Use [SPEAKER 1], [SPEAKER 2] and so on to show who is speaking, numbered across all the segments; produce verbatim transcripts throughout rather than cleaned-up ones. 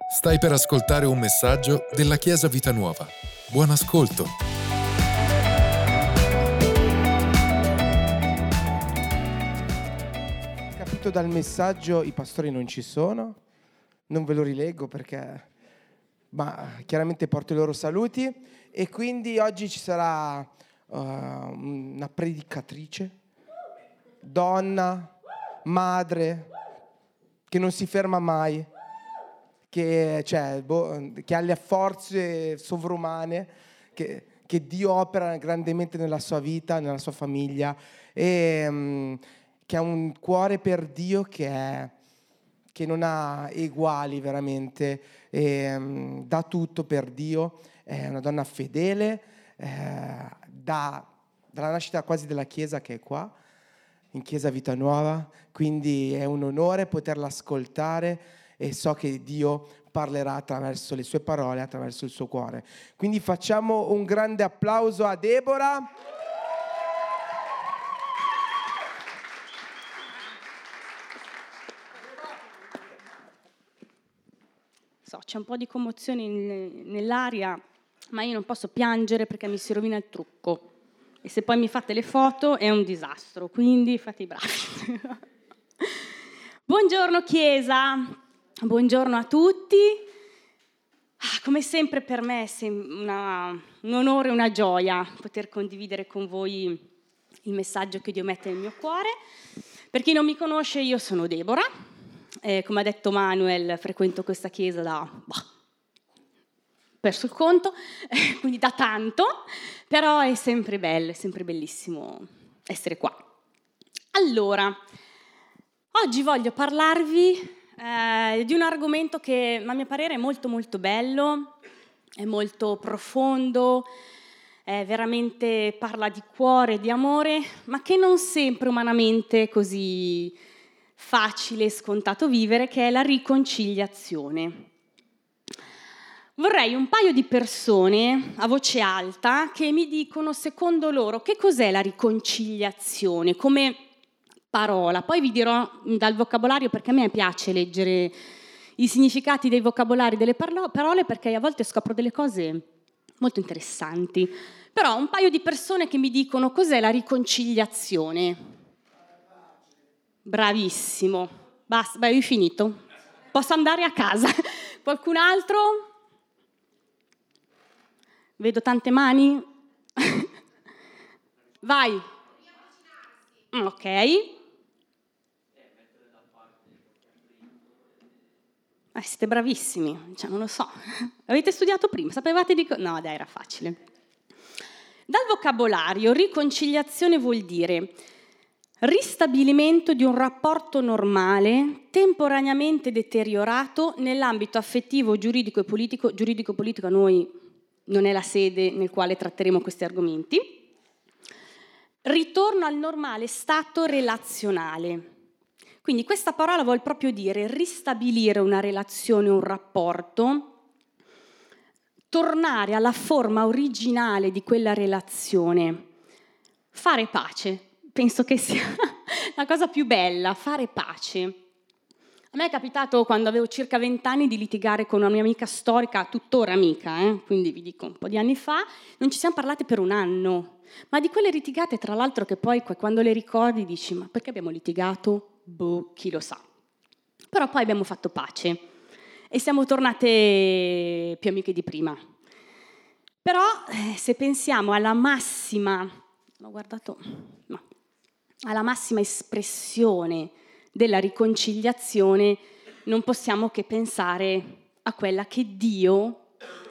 [SPEAKER 1] Stai per ascoltare un messaggio della Chiesa Vita Nuova. Buon ascolto.
[SPEAKER 2] Capito dal messaggio, i pastori non ci sono, non ve lo rileggo perché, ma chiaramente porto i loro saluti, e quindi oggi ci sarà uh, una predicatrice, donna, madre, che non si ferma mai, che, cioè, boh, che ha le forze sovrumane, che, che Dio opera grandemente nella sua vita, nella sua famiglia, e um, che ha un cuore per Dio che, è, che non ha eguali veramente, e um, dà tutto per Dio. È una donna fedele, eh, da, dalla nascita quasi della Chiesa che è qua, in Chiesa Vita Nuova, quindi è un onore poterla ascoltare e so che Dio parlerà attraverso le sue parole, attraverso il suo cuore. Quindi facciamo un grande applauso a Deborah.
[SPEAKER 3] So, c'è un po' di commozione in, nell'aria, ma io non posso piangere perché mi si rovina il trucco. E se poi mi fate le foto è un disastro, quindi fate i bravi. Buongiorno Chiesa, buongiorno a tutti. Ah, come sempre per me è una, un onore e una gioia poter condividere con voi il messaggio che Dio mette nel mio cuore. Per chi non mi conosce, io sono Deborah, eh, come ha detto Manuel, frequento questa chiesa da... Bah, perso il conto, eh, quindi da tanto, però è sempre bello, è sempre bellissimo essere qua. Allora, oggi voglio parlarvi eh, di un argomento che a mio parere è molto molto bello, è molto profondo, è veramente parla di cuore, di amore, ma che non sempre umanamente è così facile e scontato vivere, che è la riconciliazione. Vorrei un paio di persone a voce alta che mi dicono secondo loro che cos'è la riconciliazione come parola. Poi vi dirò dal vocabolario, perché a me piace leggere i significati dei vocabolari delle parole, perché a volte scopro delle cose molto interessanti. Però un paio di persone che mi dicono cos'è la riconciliazione. Bravissimo. Basta, beh, ho finito. Posso andare a casa. Qualcun altro? Vedo tante mani. Vai. Ok. Eh, siete bravissimi, cioè, non lo so. Avete studiato prima? Sapevate di cosa? No, dai, era facile. Dal vocabolario, riconciliazione vuol dire ristabilimento di un rapporto normale temporaneamente deteriorato nell'ambito affettivo, giuridico e politico. Giuridico-politico a noi non è la sede nel quale tratteremo questi argomenti. Ritorno al normale stato relazionale. Quindi questa parola vuol proprio dire ristabilire una relazione, un rapporto, tornare alla forma originale di quella relazione, fare pace. Penso che sia la cosa più bella, fare pace. A me è capitato quando avevo circa vent'anni di litigare con una mia amica storica, tuttora amica, eh? Quindi vi dico un po' di anni fa, non ci siamo parlate per un anno, ma di quelle litigate tra l'altro che poi quando le ricordi dici ma perché abbiamo litigato? Boh, chi lo sa. Però poi abbiamo fatto pace e siamo tornate più amiche di prima. Però eh, se pensiamo alla massima, l'ho guardato, no, alla massima espressione della riconciliazione, non possiamo che pensare a quella che Dio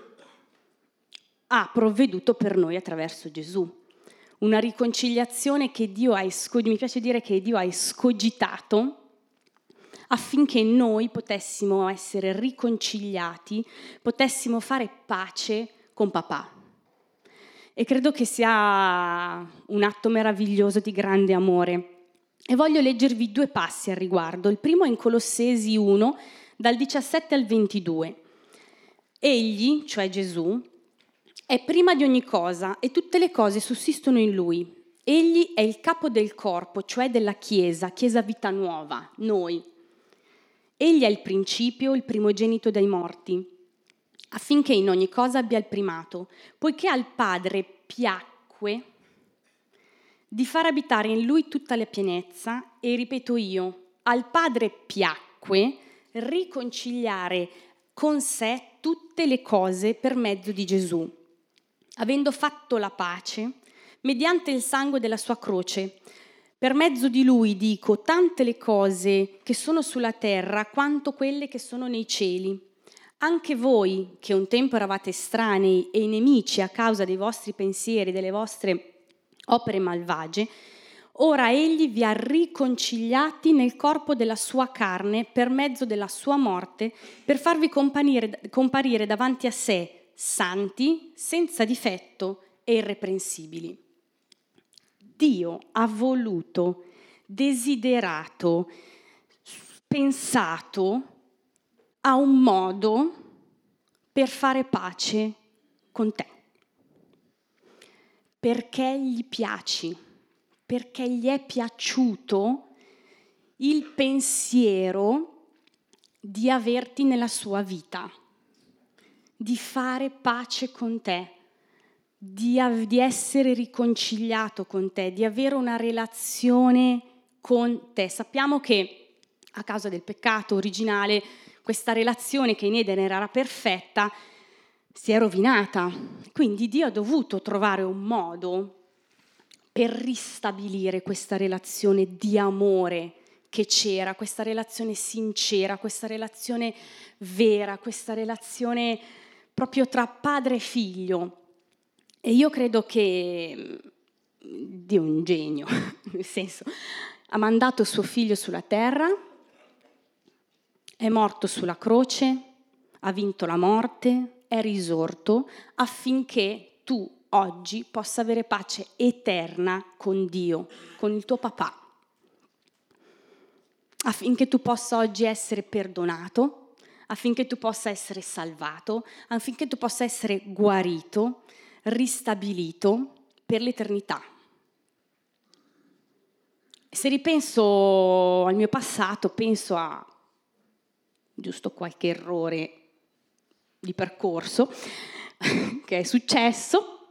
[SPEAKER 3] ha provveduto per noi attraverso Gesù. Una riconciliazione che Dio ha escogitato, mi piace dire che Dio ha escogitato affinché noi potessimo essere riconciliati, potessimo fare pace con papà. E credo che sia un atto meraviglioso di grande amore. E voglio leggervi due passi al riguardo. Il primo è in Colossesi uno, dal diciassette al ventidue. Egli, cioè Gesù, è prima di ogni cosa e tutte le cose sussistono in Lui. Egli è il capo del corpo, cioè della Chiesa, Chiesa Vita Nuova, noi. Egli è il principio, il primogenito dai morti, affinché in ogni cosa abbia il primato, poiché al Padre piacque di far abitare in lui tutta la pienezza, e ripeto io, al Padre piacque riconciliare con sé tutte le cose per mezzo di Gesù, avendo fatto la pace mediante il sangue della sua croce. Per mezzo di lui dico tante le cose che sono sulla terra quanto quelle che sono nei cieli. Anche voi, che un tempo eravate estranei e nemici a causa dei vostri pensieri e delle vostre opere malvagie, ora egli vi ha riconciliati nel corpo della sua carne per mezzo della sua morte, per farvi comparire, comparire davanti a sé santi, senza difetto e irreprensibili. Dio ha voluto, desiderato, pensato a un modo per fare pace con te, perché gli piaci, perché gli è piaciuto il pensiero di averti nella sua vita, di fare pace con te, di, di essere riconciliato con te, di avere una relazione con te. Sappiamo che a causa del peccato originale questa relazione che in Eden era perfetta si è rovinata. Quindi Dio ha dovuto trovare un modo per ristabilire questa relazione di amore che c'era, questa relazione sincera, questa relazione vera, questa relazione proprio tra padre e figlio. E io credo che Dio è un genio, nel senso, ha mandato suo figlio sulla terra, è morto sulla croce, ha vinto la morte, è risorto affinché tu oggi possa avere pace eterna con Dio, con il tuo papà, affinché tu possa oggi essere perdonato, affinché tu possa essere salvato, affinché tu possa essere guarito, ristabilito per l'eternità. Se ripenso al mio passato, penso a giusto qualche errore di percorso che è successo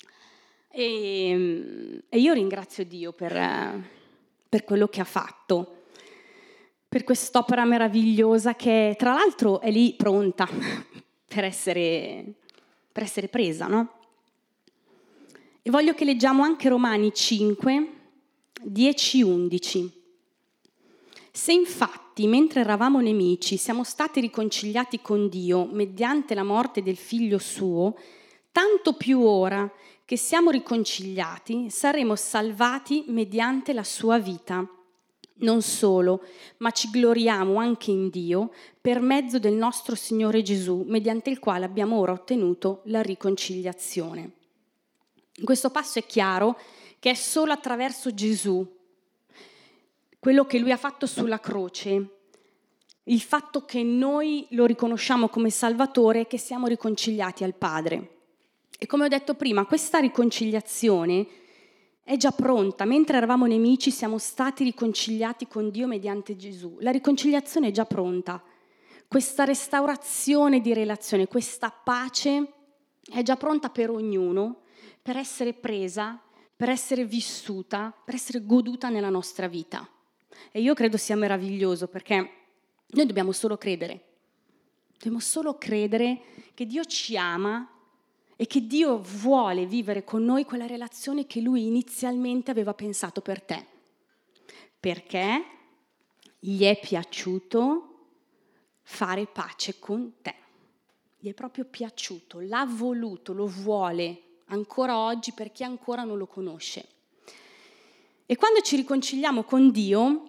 [SPEAKER 3] e, e io ringrazio Dio per, per quello che ha fatto, per quest'opera meravigliosa che tra l'altro è lì pronta per essere, per essere presa, no? E voglio che leggiamo anche Romani cinque, dieci undici. Se infatti, mentre eravamo nemici, siamo stati riconciliati con Dio mediante la morte del Figlio suo, tanto più ora che siamo riconciliati, saremo salvati mediante la sua vita. Non solo, ma ci gloriamo anche in Dio per mezzo del nostro Signore Gesù, mediante il quale abbiamo ora ottenuto la riconciliazione. In questo passo è chiaro che è solo attraverso Gesù, quello che lui ha fatto sulla croce, il fatto che noi lo riconosciamo come Salvatore, che siamo riconciliati al Padre. E come ho detto prima, questa riconciliazione è già pronta. Mentre eravamo nemici siamo stati riconciliati con Dio mediante Gesù. La riconciliazione è già pronta. Questa restaurazione di relazione, questa pace è già pronta per ognuno, per essere presa, per essere vissuta, per essere goduta nella nostra vita. E io credo sia meraviglioso, perché noi dobbiamo solo credere. Dobbiamo solo credere che Dio ci ama e che Dio vuole vivere con noi quella relazione che Lui inizialmente aveva pensato per te. Perché gli è piaciuto fare pace con te. Gli è proprio piaciuto, l'ha voluto, lo vuole ancora oggi per chi ancora non lo conosce. E quando ci riconciliamo con Dio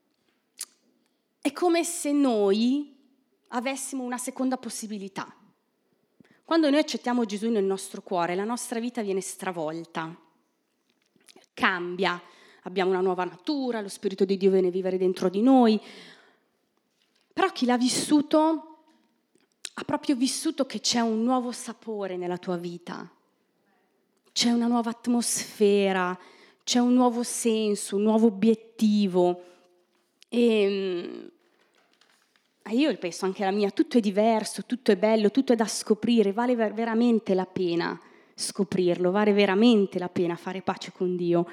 [SPEAKER 3] è come se noi avessimo una seconda possibilità. Quando noi accettiamo Gesù nel nostro cuore, la nostra vita viene stravolta, cambia, abbiamo una nuova natura, lo Spirito di Dio viene a vivere dentro di noi. Però chi l'ha vissuto ha proprio vissuto che c'è un nuovo sapore nella tua vita, c'è una nuova atmosfera, c'è un nuovo senso, un nuovo obiettivo. E io penso anche la mia, tutto è diverso, tutto è bello, tutto è da scoprire, vale ver- veramente la pena scoprirlo, vale veramente la pena fare pace con Dio.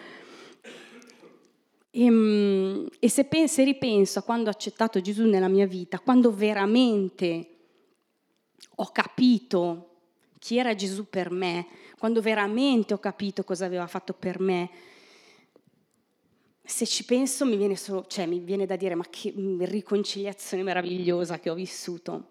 [SPEAKER 3] E, e se, penso, se ripenso a quando ho accettato Gesù nella mia vita, quando veramente ho capito chi era Gesù per me, quando veramente ho capito cosa aveva fatto per me, se ci penso mi viene, solo, cioè, mi viene da dire ma che riconciliazione meravigliosa che ho vissuto.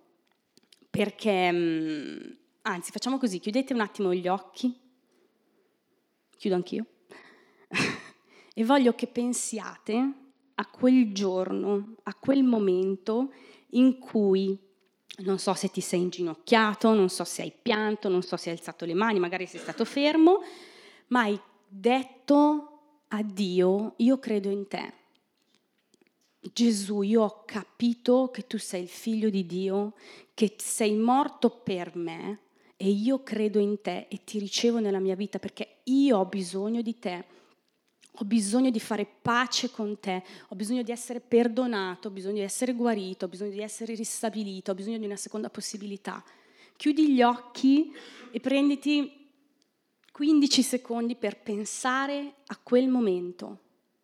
[SPEAKER 3] Perché, anzi, facciamo così, chiudete un attimo gli occhi, chiudo anch'io, e voglio che pensiate a quel giorno, a quel momento in cui, non so se ti sei inginocchiato, non so se hai pianto, non so se hai alzato le mani, magari sei stato fermo, ma hai detto a Dio, io credo in te. Gesù, io ho capito che tu sei il figlio di Dio, che sei morto per me e io credo in te e ti ricevo nella mia vita perché io ho bisogno di te, ho bisogno di fare pace con te, ho bisogno di essere perdonato, ho bisogno di essere guarito, ho bisogno di essere ristabilito, ho bisogno di una seconda possibilità. Chiudi gli occhi e prenditi quindici secondi per pensare a quel momento.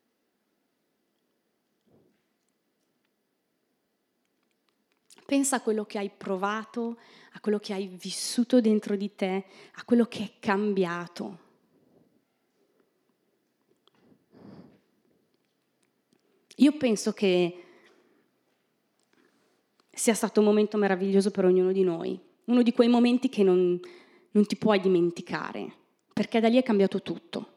[SPEAKER 3] Pensa a quello che hai provato, a quello che hai vissuto dentro di te, a quello che è cambiato. Io penso che sia stato un momento meraviglioso per ognuno di noi, uno di quei momenti che non, non ti puoi dimenticare, perché da lì è cambiato tutto.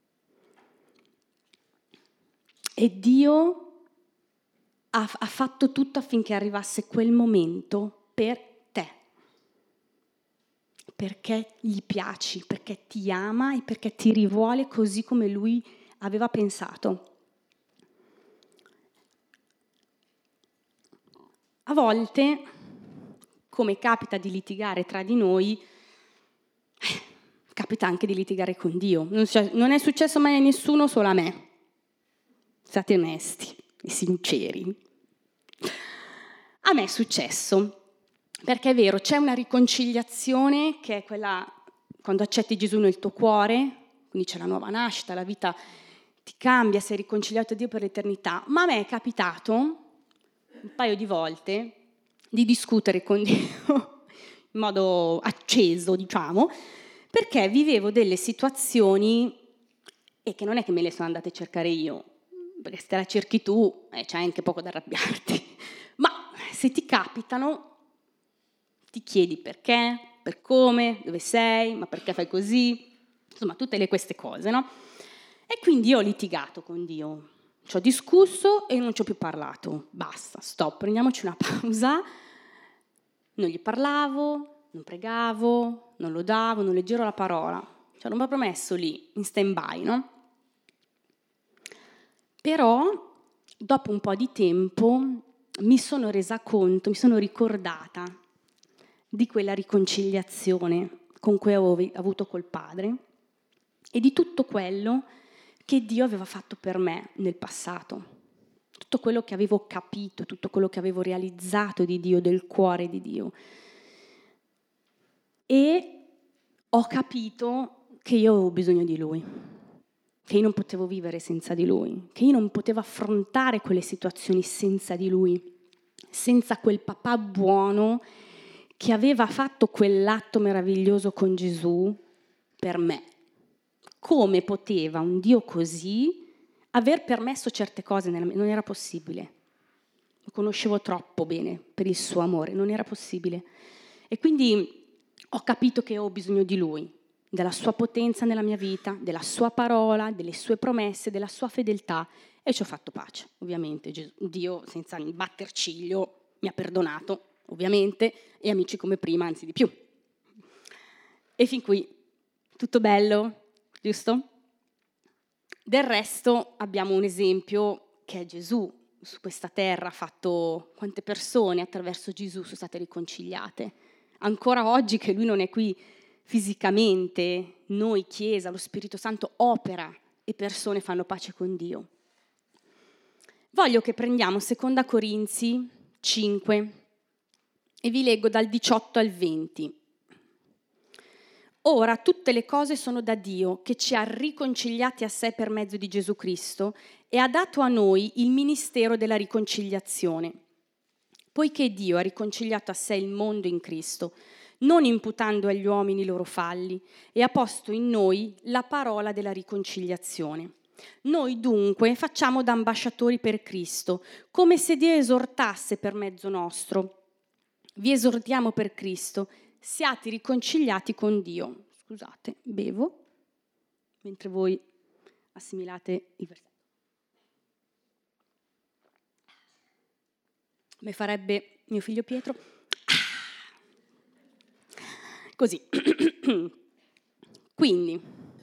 [SPEAKER 3] E Dio ha, ha fatto tutto affinché arrivasse quel momento per te, perché gli piaci, perché ti ama e perché ti rivuole così come Lui aveva pensato. A volte, come capita di litigare tra di noi, capita anche di litigare con Dio. Non, non è successo mai a nessuno, solo a me. State onesti e sinceri. A me è successo, perché è vero, c'è una riconciliazione che è quella quando accetti Gesù nel tuo cuore, quindi c'è la nuova nascita, la vita ti cambia, sei riconciliato a Dio per l'eternità, ma a me è capitato un paio di volte di discutere con Dio in modo acceso, diciamo, perché vivevo delle situazioni e che non è che me le sono andate a cercare io, perché se te la cerchi tu eh, c'hai anche poco da arrabbiarti, ma se ti capitano ti chiedi perché, per come, dove sei, ma perché fai così, insomma tutte le, queste cose, no? E quindi io ho litigato con Dio, ci ho discusso e non ci ho più parlato, basta, stop, prendiamoci una pausa, non gli parlavo, non pregavo, non lodavo, non leggevo la parola, cioè l'ho proprio messo lì, in stand-by, no? Però dopo un po' di tempo mi sono resa conto, mi sono ricordata di quella riconciliazione con cui avevo avuto col Padre e di tutto quello che Dio aveva fatto per me nel passato, tutto quello che avevo capito, tutto quello che avevo realizzato di Dio, del cuore di Dio. E ho capito che io avevo bisogno di Lui, che io non potevo vivere senza di Lui, che io non potevo affrontare quelle situazioni senza di Lui, senza quel papà buono che aveva fatto quell'atto meraviglioso con Gesù per me. Come poteva un Dio così aver permesso certe cose nella mia? Non era possibile. Lo conoscevo troppo bene per il suo amore, non era possibile. E quindi ho capito che ho bisogno di Lui, della sua potenza nella mia vita, della sua parola, delle sue promesse, della sua fedeltà, e ci ho fatto pace, ovviamente. Gesù, Dio, senza batter ciglio, mi ha perdonato, ovviamente, e amici come prima, anzi di più. E fin qui, tutto bello, giusto? Del resto abbiamo un esempio che è Gesù. Su questa terra ha fatto quante persone attraverso Gesù sono state riconciliate. Ancora oggi che Lui non è qui fisicamente, noi, Chiesa, lo Spirito Santo opera e persone fanno pace con Dio. Voglio che prendiamo Seconda Corinzi cinque e vi leggo dal diciotto al venti. Ora tutte le cose sono da Dio, che ci ha riconciliati a sé per mezzo di Gesù Cristo e ha dato a noi il ministero della riconciliazione. Poiché Dio ha riconciliato a sé il mondo in Cristo, non imputando agli uomini i loro falli, e ha posto in noi la parola della riconciliazione. Noi dunque facciamo da ambasciatori per Cristo, come se Dio esortasse per mezzo nostro. Vi esortiamo per Cristo, siate riconciliati con Dio. Scusate, bevo, mentre voi assimilate il versetto. Come farebbe mio figlio Pietro. Così. Quindi,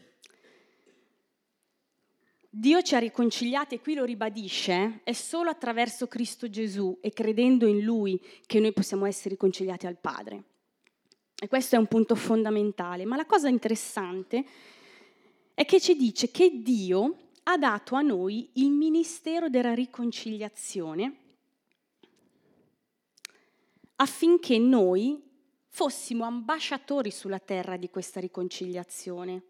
[SPEAKER 3] Dio ci ha riconciliati, e qui lo ribadisce, è solo attraverso Cristo Gesù e credendo in Lui che noi possiamo essere riconciliati al Padre. E questo è un punto fondamentale. Ma la cosa interessante è che ci dice che Dio ha dato a noi il ministero della riconciliazione affinché noi fossimo ambasciatori sulla terra di questa riconciliazione.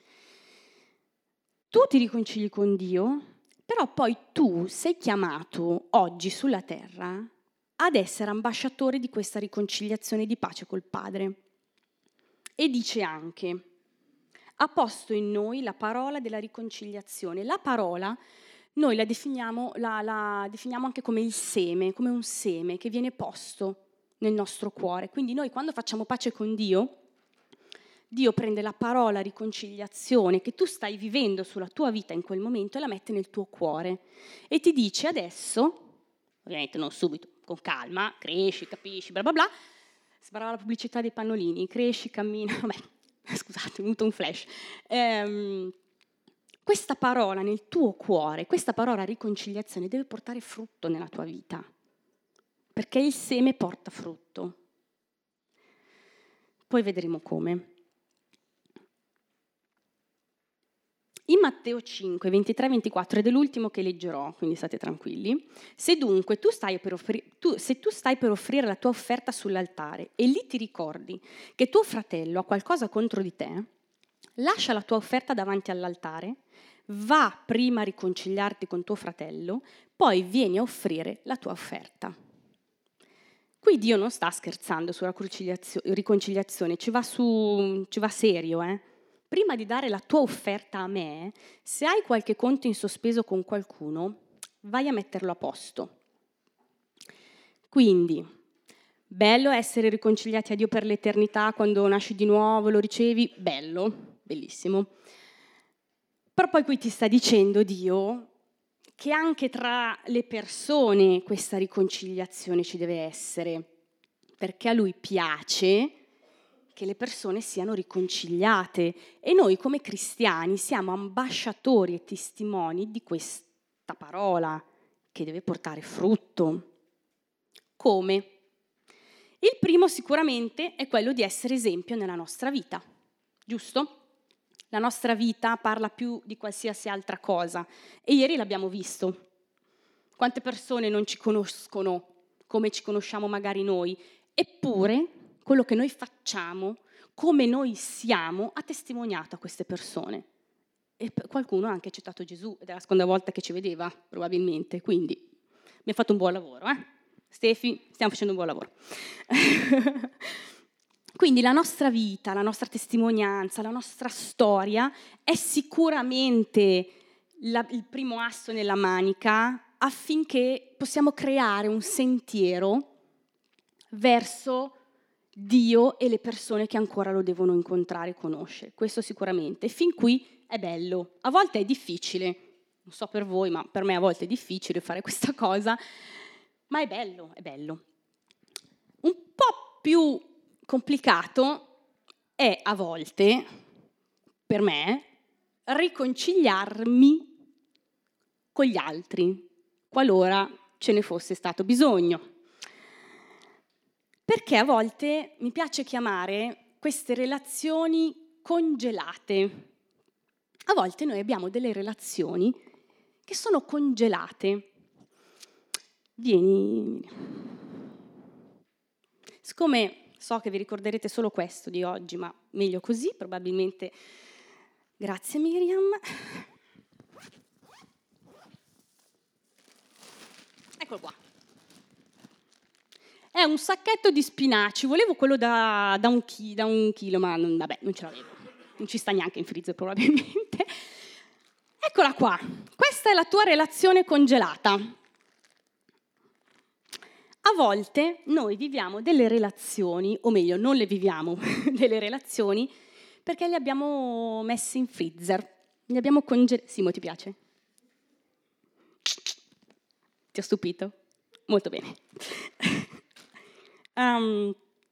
[SPEAKER 3] Tu ti riconcili con Dio, però poi tu sei chiamato oggi sulla terra ad essere ambasciatore di questa riconciliazione di pace col Padre. E dice anche, ha posto in noi la parola della riconciliazione. La parola noi la definiamo, la, la definiamo anche come il seme, come un seme che viene posto nel nostro cuore. Quindi noi quando facciamo pace con Dio, Dio prende la parola riconciliazione che tu stai vivendo sulla tua vita in quel momento e la mette nel tuo cuore e ti dice adesso, ovviamente non subito, con calma, cresci, capisci, bla bla bla, sembrava la pubblicità dei pannolini, cresci, cammina, vabbè, scusate, è venuto un flash. Ehm, questa parola nel tuo cuore, questa parola riconciliazione deve portare frutto nella tua vita, perché il seme porta frutto. Poi vedremo come. In Matteo cinque, ventitré ventiquattro, ed è l'ultimo che leggerò, quindi state tranquilli, se dunque tu stai per offri- tu, se tu stai per offrire la tua offerta sull'altare e lì ti ricordi che tuo fratello ha qualcosa contro di te, lascia la tua offerta davanti all'altare, va prima a riconciliarti con tuo fratello, poi vieni a offrire la tua offerta. Qui Dio non sta scherzando sulla riconciliazione, ci va, su, ci va serio, eh? Prima di dare la tua offerta a me, se hai qualche conto in sospeso con qualcuno, vai a metterlo a posto. Quindi, bello essere riconciliati a Dio per l'eternità, quando nasci di nuovo, lo ricevi, bello, bellissimo. Però poi qui ti sta dicendo Dio che anche tra le persone questa riconciliazione ci deve essere, perché a Lui piace che le persone siano riconciliate e noi come cristiani siamo ambasciatori e testimoni di questa parola che deve portare frutto. Come? Il primo sicuramente è quello di essere esempio nella nostra vita, giusto? La nostra vita parla più di qualsiasi altra cosa e ieri l'abbiamo visto. Quante persone non ci conoscono come ci conosciamo magari noi, eppure quello che noi facciamo, come noi siamo, ha testimoniato a queste persone. E qualcuno ha anche citato Gesù, ed è la seconda volta che ci vedeva, probabilmente, quindi abbiamo fatto un buon lavoro, eh? Stefi, stiamo facendo un buon lavoro. Quindi la nostra vita, la nostra testimonianza, la nostra storia è sicuramente la, il primo asso nella manica affinché possiamo creare un sentiero verso Dio e le persone che ancora lo devono incontrare e conoscere. Questo sicuramente. Fin qui è bello. A volte è difficile, non so per voi, ma per me a volte è difficile fare questa cosa, ma è bello, è bello. Un po' più complicato è a volte, per me, riconciliarmi con gli altri, qualora ce ne fosse stato bisogno. Perché a volte mi piace chiamare queste relazioni congelate. A volte noi abbiamo delle relazioni che sono congelate. Vieni. Siccome so che vi ricorderete solo questo di oggi, ma meglio così, probabilmente. Grazie Miriam. Eccolo qua. È un sacchetto di spinaci, volevo quello da, da, un, chi, da un chilo, ma non, vabbè, non ce l'avevo. Non ci sta neanche in freezer probabilmente. Eccola qua, questa è la tua relazione congelata. A volte noi viviamo delle relazioni, o meglio, non le viviamo, delle relazioni, perché le abbiamo messe in freezer, le abbiamo congelate. Simo, ti piace? Ti ho stupito? Molto bene. um,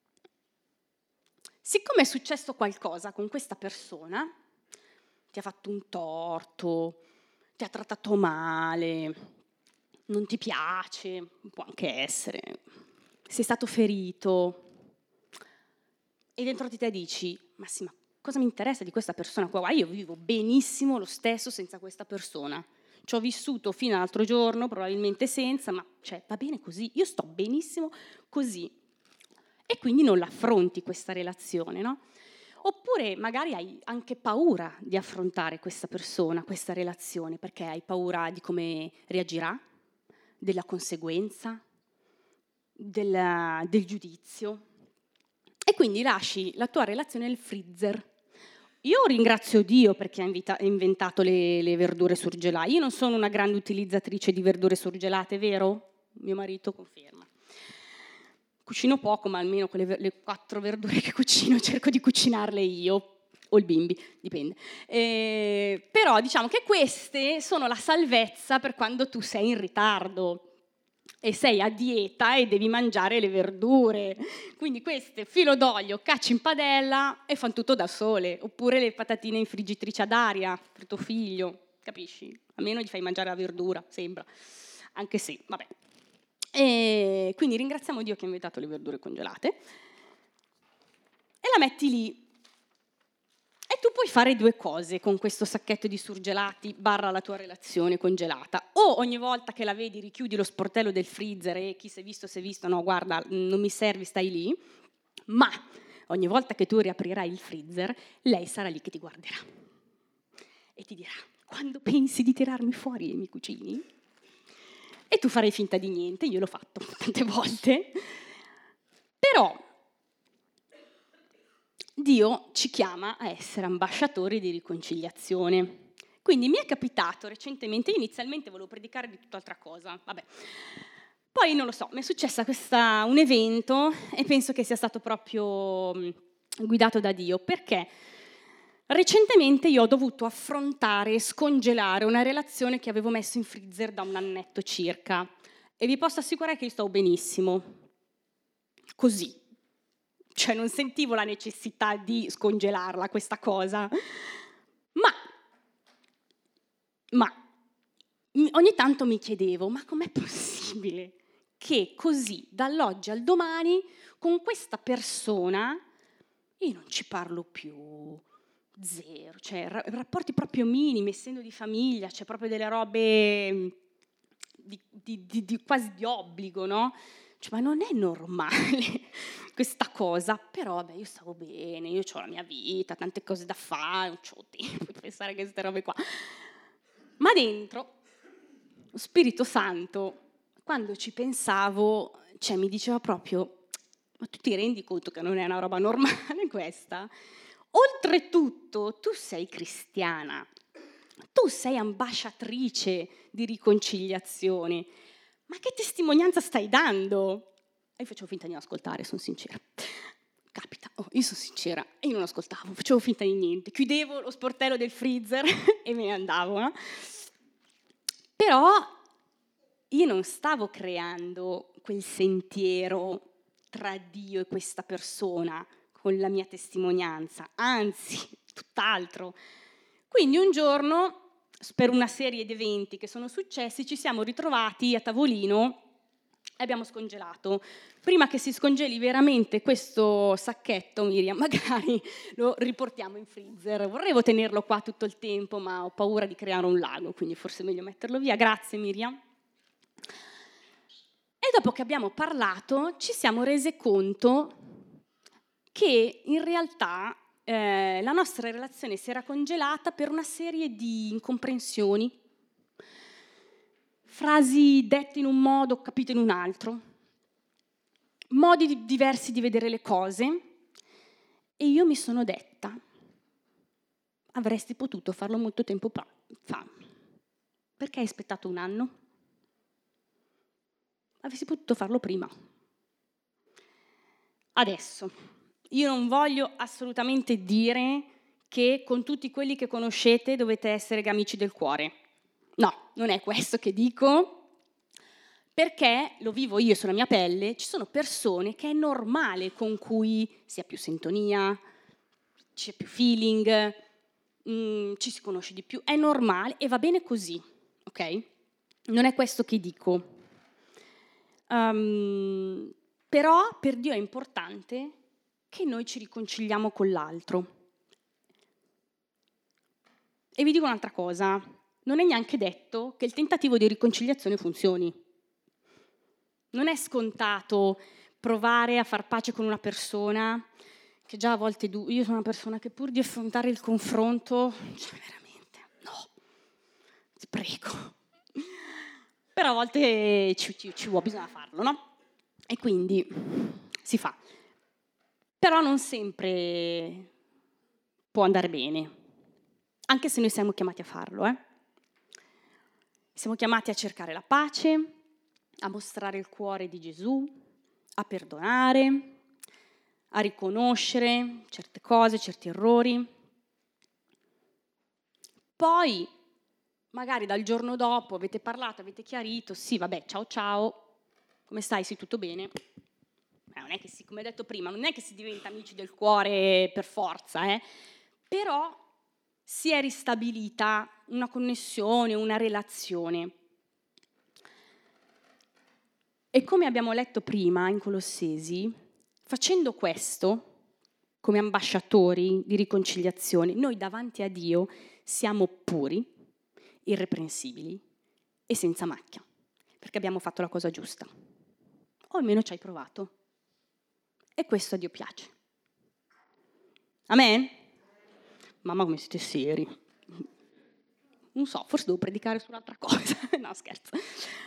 [SPEAKER 3] siccome è successo qualcosa con questa persona, ti ha fatto un torto, ti ha trattato male, non ti piace, può anche essere, sei stato ferito, e dentro di te dici, ma sì, ma cosa mi interessa di questa persona qua? Io vivo benissimo lo stesso senza questa persona. Ci ho vissuto fino all'altro giorno, probabilmente senza, ma cioè, va bene così, io sto benissimo così. E quindi non l'affronti questa relazione, no? Oppure magari hai anche paura di affrontare questa persona, questa relazione, perché hai paura di come reagirà, della conseguenza, del, del giudizio. E quindi lasci la tua relazione nel freezer. Io ringrazio Dio perché ha invita- inventato le, le verdure surgelate. Io non sono una grande utilizzatrice di verdure surgelate, vero? Mio marito conferma. Cucino poco, ma almeno quelle le quattro verdure che cucino cerco di cucinarle io, o il bimbi, dipende. Eh, però diciamo che queste sono la salvezza per quando tu sei in ritardo e sei a dieta e devi mangiare le verdure. Quindi queste, filo d'olio, cacci in padella e fanno tutto da sole. Oppure le patatine in friggitrice ad aria per tuo figlio, capisci? Almeno gli fai mangiare la verdura, sembra. Anche se, vabbè. E quindi ringraziamo Dio che ha inventato le verdure congelate e la metti lì. E tu puoi fare due cose con questo sacchetto di surgelati barra la tua relazione congelata. O ogni volta che la vedi richiudi lo sportello del freezer e chi si è visto si è visto, no guarda non mi servi, stai lì. Ma ogni volta che tu riaprirai il freezer lei sarà lì che ti guarderà e ti dirà: quando pensi di tirarmi fuori i miei cucini? E tu farai finta di niente, io l'ho fatto tante volte. Però Dio ci chiama a essere ambasciatori di riconciliazione. Quindi mi è capitato recentemente, inizialmente volevo predicare di tutt'altra cosa, vabbè. Poi non lo so, mi è successo questa, un evento e penso che sia stato proprio guidato da Dio, perché recentemente io ho dovuto affrontare e scongelare una relazione che avevo messo in freezer da un annetto circa e vi posso assicurare che io sto benissimo, così. Cioè non sentivo la necessità di scongelarla questa cosa, ma, ma ogni tanto mi chiedevo, ma com'è possibile che così dall'oggi al domani con questa persona io non ci parlo più, zero, cioè rapporti proprio minimi, essendo di famiglia, c'è proprio delle robe di, di, di, di quasi di obbligo, no? Cioè, ma non è normale questa cosa, però vabbè, io stavo bene, io ho la mia vita, tante cose da fare, non ho tempo di pensare a queste robe qua. Ma dentro, lo Spirito Santo, quando ci pensavo, cioè mi diceva proprio, ma tu ti rendi conto che non è una roba normale questa? Oltretutto, tu sei cristiana, tu sei ambasciatrice di riconciliazione, ma che testimonianza stai dando? E io facevo finta di non ascoltare, sono sincera. Capita, oh, io sono sincera, e io non ascoltavo, facevo finta di niente, chiudevo lo sportello del freezer e me ne andavo, no? Però io non stavo creando quel sentiero tra Dio e questa persona con la mia testimonianza, anzi, tutt'altro. Quindi un giorno, per una serie di eventi che sono successi, ci siamo ritrovati a tavolino e abbiamo scongelato. Prima che si scongeli veramente questo sacchetto, Miriam, magari lo riportiamo in freezer. Vorrei tenerlo qua tutto il tempo, ma ho paura di creare un lago, quindi forse è meglio metterlo via. Grazie, Miriam. E dopo che abbiamo parlato ci siamo rese conto che in realtà eh, la nostra relazione si era congelata per una serie di incomprensioni, frasi dette in un modo, capite in un altro, modi di- diversi di vedere le cose, e io mi sono detta: avresti potuto farlo molto tempo pa- fa. Perché hai aspettato un anno? Avresti potuto farlo prima. Adesso, io non voglio assolutamente dire che con tutti quelli che conoscete dovete essere amici del cuore. No, non è questo che dico, perché lo vivo io sulla mia pelle, ci sono persone che è normale con cui si ha più sintonia, c'è più feeling, mh, ci si conosce di più, è normale e va bene così, ok? Non è questo che dico. Um, però per Dio è importante che noi ci riconciliamo con l'altro. E vi dico un'altra cosa, non è neanche detto che il tentativo di riconciliazione funzioni. Non è scontato provare a far pace con una persona che già a volte du- io sono una persona che pur di affrontare il confronto, cioè veramente, no, ti prego. Però a volte ci, ci, ci vuole, bisogna farlo, no? E quindi si fa. Però non sempre può andare bene, anche se noi siamo chiamati a farlo, eh? Siamo chiamati a cercare la pace, a mostrare il cuore di Gesù, a perdonare, a riconoscere certe cose, certi errori. Poi, magari dal giorno dopo avete parlato, avete chiarito, sì, vabbè, ciao ciao, come stai, sì, tutto bene? Eh, non è che si, come detto prima, non è che si diventa amici del cuore per forza, eh? Però si è ristabilita una connessione, una relazione. E come abbiamo letto prima in Colossesi, facendo questo, come ambasciatori di riconciliazione, noi davanti a Dio siamo puri, irreprensibili e senza macchia, perché abbiamo fatto la cosa giusta. O almeno ci hai provato. E questo a Dio piace. Amen? Mamma, come siete seri. Non so, forse devo predicare su un'altra cosa. No, scherzo.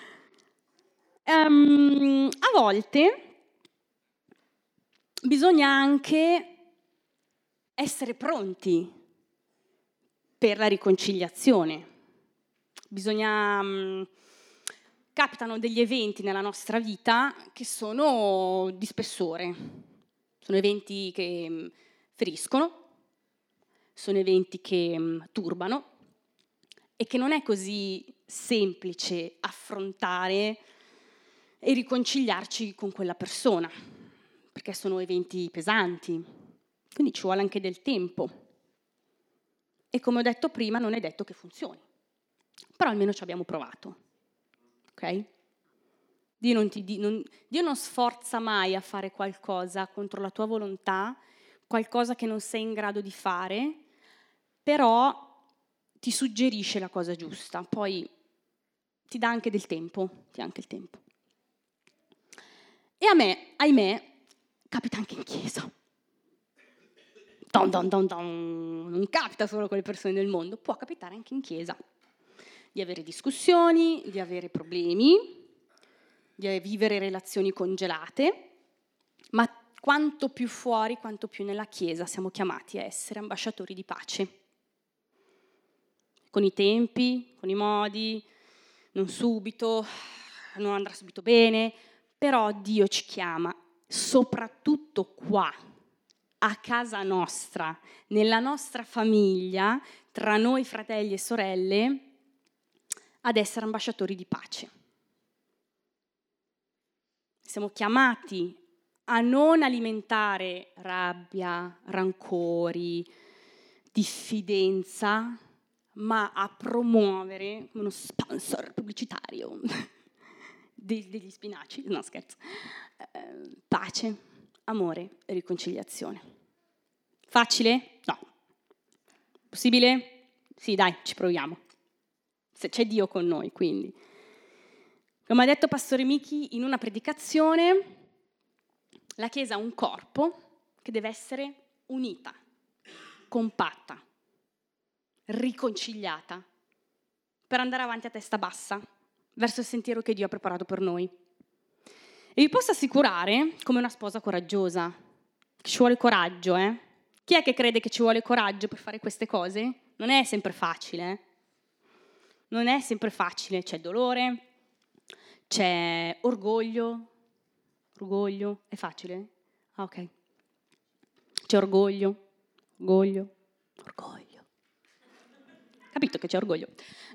[SPEAKER 3] Um, a volte bisogna anche essere pronti per la riconciliazione. Bisogna... Um, capitano degli eventi nella nostra vita che sono di spessore. Sono eventi che um, feriscono, sono eventi che um, turbano e che non è così semplice affrontare e riconciliarci con quella persona, perché sono eventi pesanti, quindi ci vuole anche del tempo. E come ho detto prima, non è detto che funzioni, però almeno ci abbiamo provato, ok? Dio non, ti, non, Dio non sforza mai a fare qualcosa contro la tua volontà, qualcosa che non sei in grado di fare, però ti suggerisce la cosa giusta, poi ti dà anche del tempo, ti dà anche il tempo. E a me, ahimè, capita anche in chiesa. Don, don, don, don. Non capita solo con le persone del mondo, può capitare anche in chiesa. Di avere discussioni, di avere problemi, di vivere relazioni congelate, ma quanto più fuori, quanto più nella chiesa siamo chiamati a essere ambasciatori di pace. Con i tempi, con i modi, non subito, non andrà subito bene, però Dio ci chiama, soprattutto qua, a casa nostra, nella nostra famiglia, tra noi fratelli e sorelle, ad essere ambasciatori di pace. Siamo chiamati a non alimentare rabbia, rancori, diffidenza, ma a promuovere uno sponsor pubblicitario degli spinaci, no scherzo, eh, pace, amore e riconciliazione. Facile? No. Possibile? Sì, dai, ci proviamo. Se c'è Dio con noi, quindi. Come ha detto Pastore Michi in una predicazione, la Chiesa ha un corpo che deve essere unita, compatta, riconciliata, per andare avanti a testa bassa, verso il sentiero che Dio ha preparato per noi. E vi posso assicurare, come una sposa coraggiosa, che ci vuole coraggio, eh? Chi è che crede che ci vuole coraggio per fare queste cose? Non è sempre facile, eh? Non è sempre facile, c'è dolore, c'è orgoglio. Orgoglio, è facile? Ah, ok. C'è orgoglio, orgoglio, orgoglio. Capito che c'è orgoglio?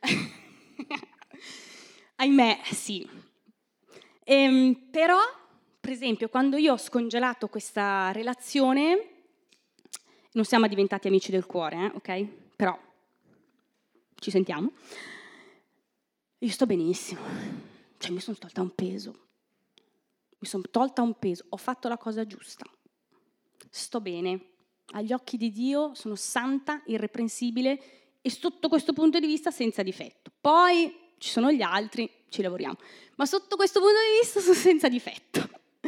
[SPEAKER 3] Ahimè, sì. Ehm, però, per esempio, quando io ho scongelato questa relazione, non siamo diventati amici del cuore, eh, ok? Però ci sentiamo. Io sto benissimo. Cioè, mi sono tolta un peso. Mi sono tolta un peso. Ho fatto la cosa giusta. Sto bene. Agli occhi di Dio sono santa, irreprensibile e sotto questo punto di vista senza difetto. Poi ci sono gli altri, ci lavoriamo. Ma sotto questo punto di vista sono senza difetto.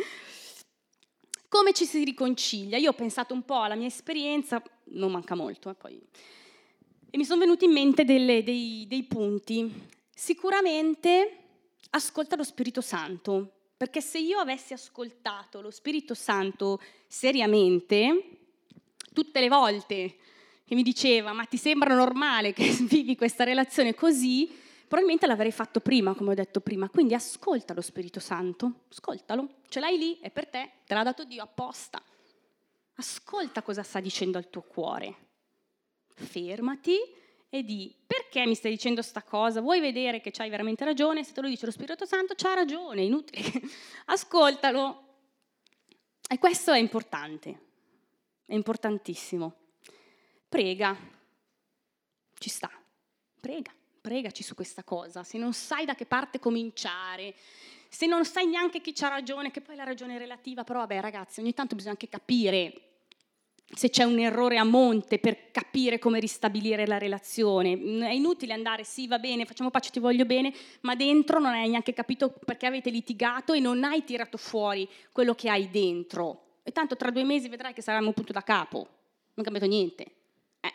[SPEAKER 3] Come ci si riconcilia? Io ho pensato un po' alla mia esperienza, non manca molto, eh, poi. E mi sono venuti in mente delle, dei, dei punti. Sicuramente ascolta lo Spirito Santo, perché se io avessi ascoltato lo Spirito Santo seriamente, tutte le volte che mi diceva ma ti sembra normale che vivi questa relazione così, probabilmente l'avrei fatto prima, come ho detto prima. Quindi ascolta lo Spirito Santo, ascoltalo, ce l'hai lì, è per te, te l'ha dato Dio apposta. Ascolta cosa sta dicendo al tuo cuore. Fermati e di perché mi stai dicendo sta cosa? Vuoi vedere che c'hai veramente ragione? Se te lo dice lo Spirito Santo, c'ha ragione, è inutile. Ascoltalo. E questo è importante, è importantissimo. Prega, ci sta, prega, pregaci su questa cosa. Se non sai da che parte cominciare, se non sai neanche chi c'ha ragione, che poi la ragione è relativa, però vabbè ragazzi, ogni tanto bisogna anche capire se c'è un errore a monte per capire come ristabilire la relazione. È inutile andare, sì va bene, facciamo pace, ti voglio bene, ma dentro non hai neanche capito perché avete litigato e non hai tirato fuori quello che hai dentro. E tanto tra due mesi vedrai che saranno un punto da capo, non è cambiato niente. Eh.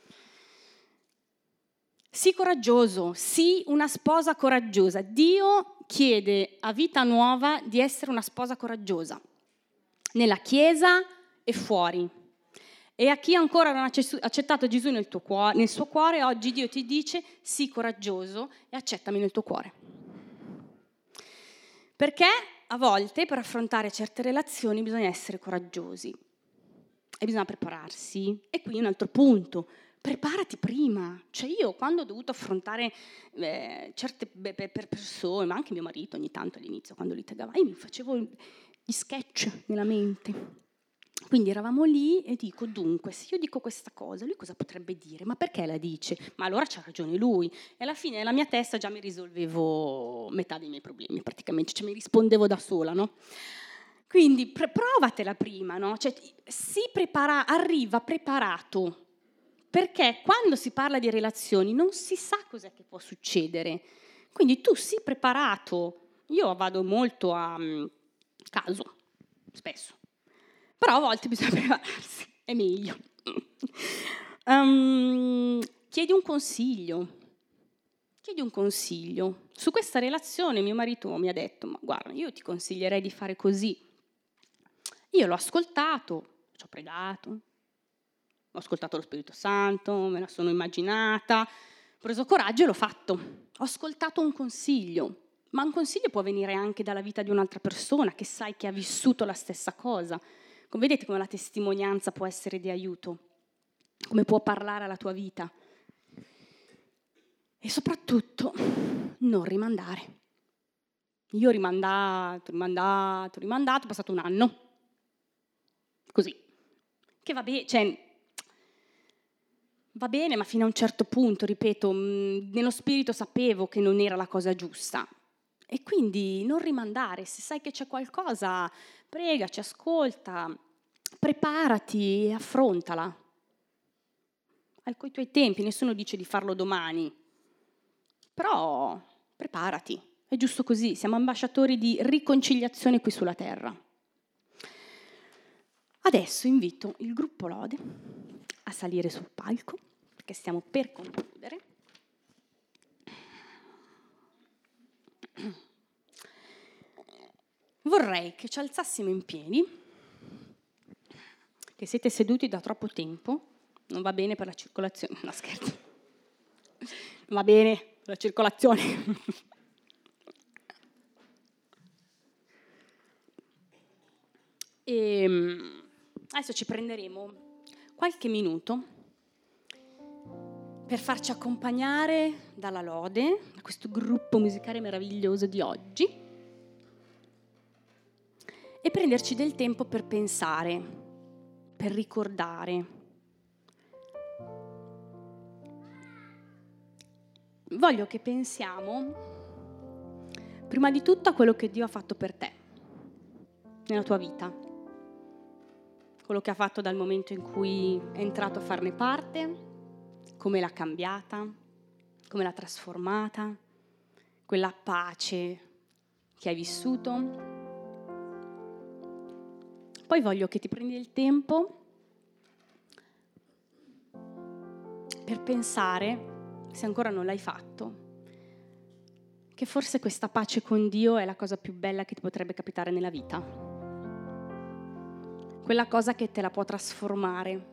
[SPEAKER 3] Sii coraggioso, sii una sposa coraggiosa. Dio chiede a Vita Nuova di essere una sposa coraggiosa, nella Chiesa e fuori. E a chi ancora non ha accettato Gesù nel, tuo cuore, nel suo cuore, oggi Dio ti dice sii coraggioso e accettami nel tuo cuore. Perché a volte per affrontare certe relazioni bisogna essere coraggiosi e bisogna prepararsi. E qui un altro punto, preparati prima. Cioè io quando ho dovuto affrontare eh, certe beh, per persone, ma anche mio marito ogni tanto all'inizio quando litigava, io mi facevo gli sketch nella mente. Quindi eravamo lì e dico, dunque, se io dico questa cosa, lui cosa potrebbe dire? Ma perché la dice? Ma allora c'ha ragione lui. E alla fine nella mia testa già mi risolvevo metà dei miei problemi, praticamente, cioè mi rispondevo da sola, no? Quindi pre- provatela prima, no? Cioè, si prepara, arriva preparato, perché quando si parla di relazioni non si sa cos'è che può succedere. Quindi tu sii preparato. Io vado molto a um, caso, spesso. Però a volte bisogna prepararsi, è meglio. um, chiedi un consiglio, chiedi un consiglio. Su questa relazione mio marito mi ha detto, ma guarda, io ti consiglierei di fare così. Io l'ho ascoltato, ci ho pregato, ho ascoltato lo Spirito Santo, me la sono immaginata, ho preso coraggio e l'ho fatto. Ho ascoltato un consiglio, ma un consiglio può venire anche dalla vita di un'altra persona che sai che ha vissuto la stessa cosa. Vedete come la testimonianza può essere di aiuto, come può parlare alla tua vita. E soprattutto non rimandare. Io ho rimandato, rimandato, rimandato, è passato un anno. Così. Che va bene, cioè, va bene, ma fino a un certo punto, ripeto, nello spirito sapevo che non era la cosa giusta. E quindi non rimandare, se sai che c'è qualcosa, pregaci, ascolta, preparati e affrontala. Hai coi tuoi tempi, nessuno dice di farlo domani, però preparati, È giusto così, siamo ambasciatori di riconciliazione qui sulla terra. Adesso invito il gruppo Lode a salire sul palco, perché stiamo per concludere. Vorrei che ci alzassimo in piedi, che siete seduti da troppo tempo, non va bene per la circolazione, no scherzo, non va bene per la circolazione. E adesso ci prenderemo qualche minuto per farci accompagnare dalla Lode, da questo gruppo musicale meraviglioso di oggi, e prenderci del tempo per pensare, per ricordare. Voglio che pensiamo prima di tutto a quello che Dio ha fatto per te, nella tua vita. Quello che ha fatto dal momento in cui è entrato a farne parte, come l'ha cambiata, come l'ha trasformata, quella pace che hai vissuto. Poi voglio che ti prendi il tempo per pensare, se ancora non l'hai fatto, che forse questa pace con Dio è la cosa più bella che ti potrebbe capitare nella vita. Quella cosa che te la può trasformare.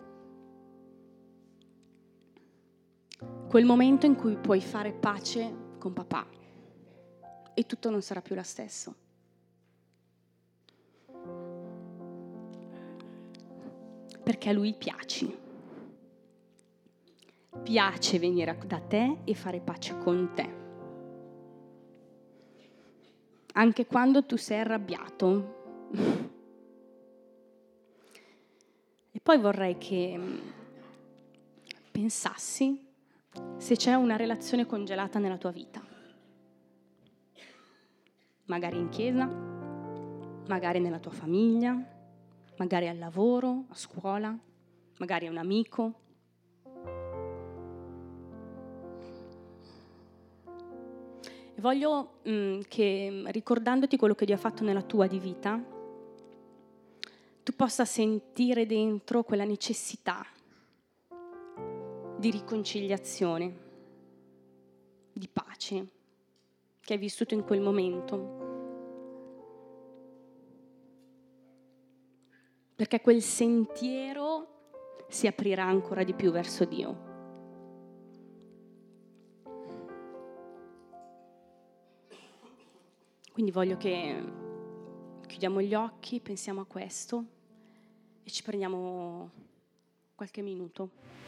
[SPEAKER 3] Quel momento in cui puoi fare pace con papà e tutto non sarà più lo stesso. Perché a Lui piaci. Piace venire da te e fare pace con te. Anche quando tu sei arrabbiato. E poi vorrei che pensassi se c'è una relazione congelata nella tua vita. Magari in chiesa, magari nella tua famiglia, magari al lavoro, a scuola, magari a un amico. E voglio mh, che, ricordandoti quello che Dio ha fatto nella tua di vita, tu possa sentire dentro quella necessità di riconciliazione, di pace che hai vissuto in quel momento. Perché quel sentiero si aprirà ancora di più verso Dio. Quindi voglio che chiudiamo gli occhi, pensiamo a questo e ci prendiamo qualche minuto.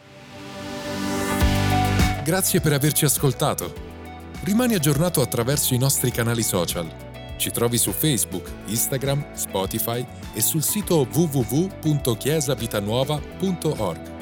[SPEAKER 1] Grazie per averci ascoltato. Rimani aggiornato attraverso i nostri canali social. Ci trovi su Facebook, Instagram, Spotify e sul sito w w w punto chiesa vitanuova punto org.